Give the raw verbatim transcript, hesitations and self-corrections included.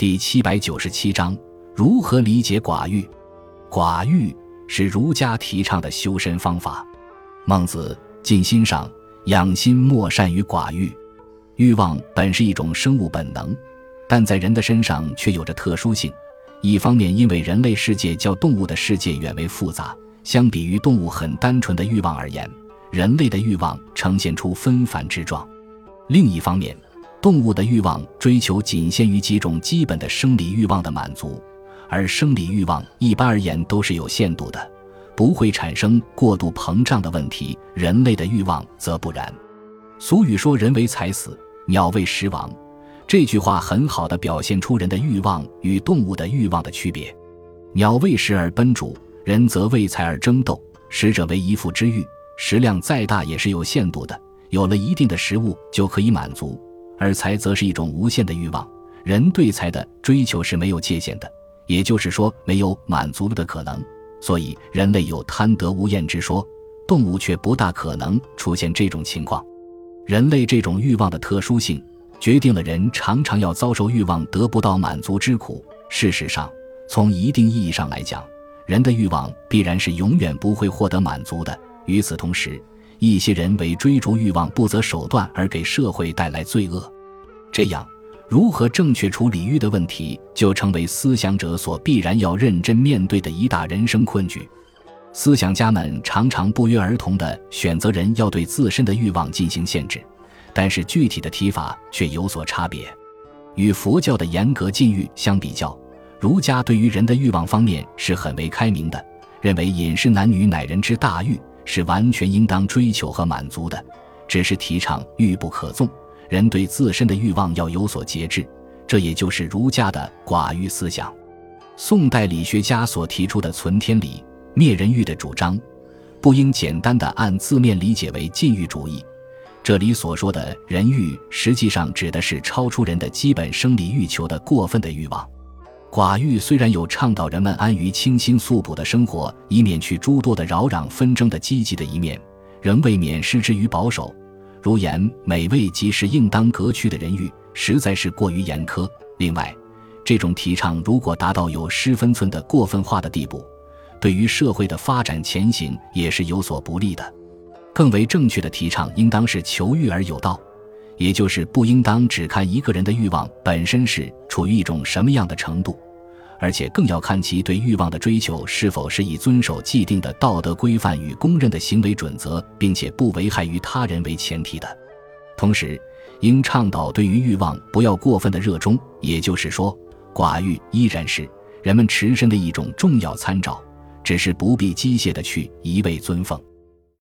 第七百九十七章，如何理解寡欲。寡欲是儒家提倡的修身方法。孟子尽心上，养心莫善于寡欲。欲望本是一种生物本能，但在人的身上却有着特殊性。一方面因为人类世界较动物的世界远为复杂，相比于动物很单纯的欲望而言，人类的欲望呈现出纷繁之状。另一方面，动物的欲望追求仅限于几种基本的生理欲望的满足，而生理欲望一般而言都是有限度的，不会产生过度膨胀的问题，人类的欲望则不然。俗语说人为财死，鸟为食亡，这句话很好地表现出人的欲望与动物的欲望的区别。鸟为食而奔逐，人则为财而争斗，食者为一腹之欲，食量再大也是有限度的，有了一定的食物就可以满足，而财则是一种无限的欲望，人对财的追求是没有界限的，也就是说没有满足的可能，所以人类有贪得无厌之说，动物却不大可能出现这种情况。人类这种欲望的特殊性决定了人常常要遭受欲望得不到满足之苦。事实上，从一定意义上来讲，人的欲望必然是永远不会获得满足的。与此同时，一些人为追逐欲望不择手段而给社会带来罪恶。这样，如何正确处理欲的问题就成为思想者所必然要认真面对的一大人生困局。思想家们常常不约而同地选择人要对自身的欲望进行限制，但是具体的提法却有所差别。与佛教的严格禁欲相比较，儒家对于人的欲望方面是很为开明的，认为饮食男女乃人之大欲，是完全应当追求和满足的，只是提倡欲不可纵，人对自身的欲望要有所节制，这也就是儒家的寡欲思想。宋代理学家所提出的存天理、灭人欲的主张，不应简单地按字面理解为禁欲主义。这里所说的人欲实际上指的是超出人的基本生理欲求的过分的欲望。寡欲虽然有倡导人们安于清新素朴的生活，以免去诸多的扰攘纷争的积极的一面，仍未免失之于保守。如言美味即是应当革去的人欲，实在是过于严苛。另外，这种提倡如果达到有失分寸的过分化的地步，对于社会的发展前行也是有所不利的。更为正确的提倡应当是求欲而有道，也就是不应当只看一个人的欲望本身是处于一种什么样的程度，而且更要看其对欲望的追求是否是以遵守既定的道德规范与公认的行为准则，并且不危害于他人为前提的。同时，应倡导对于欲望不要过分的热衷，也就是说，寡欲依然是人们持身的一种重要参照，只是不必机械地去一味尊奉。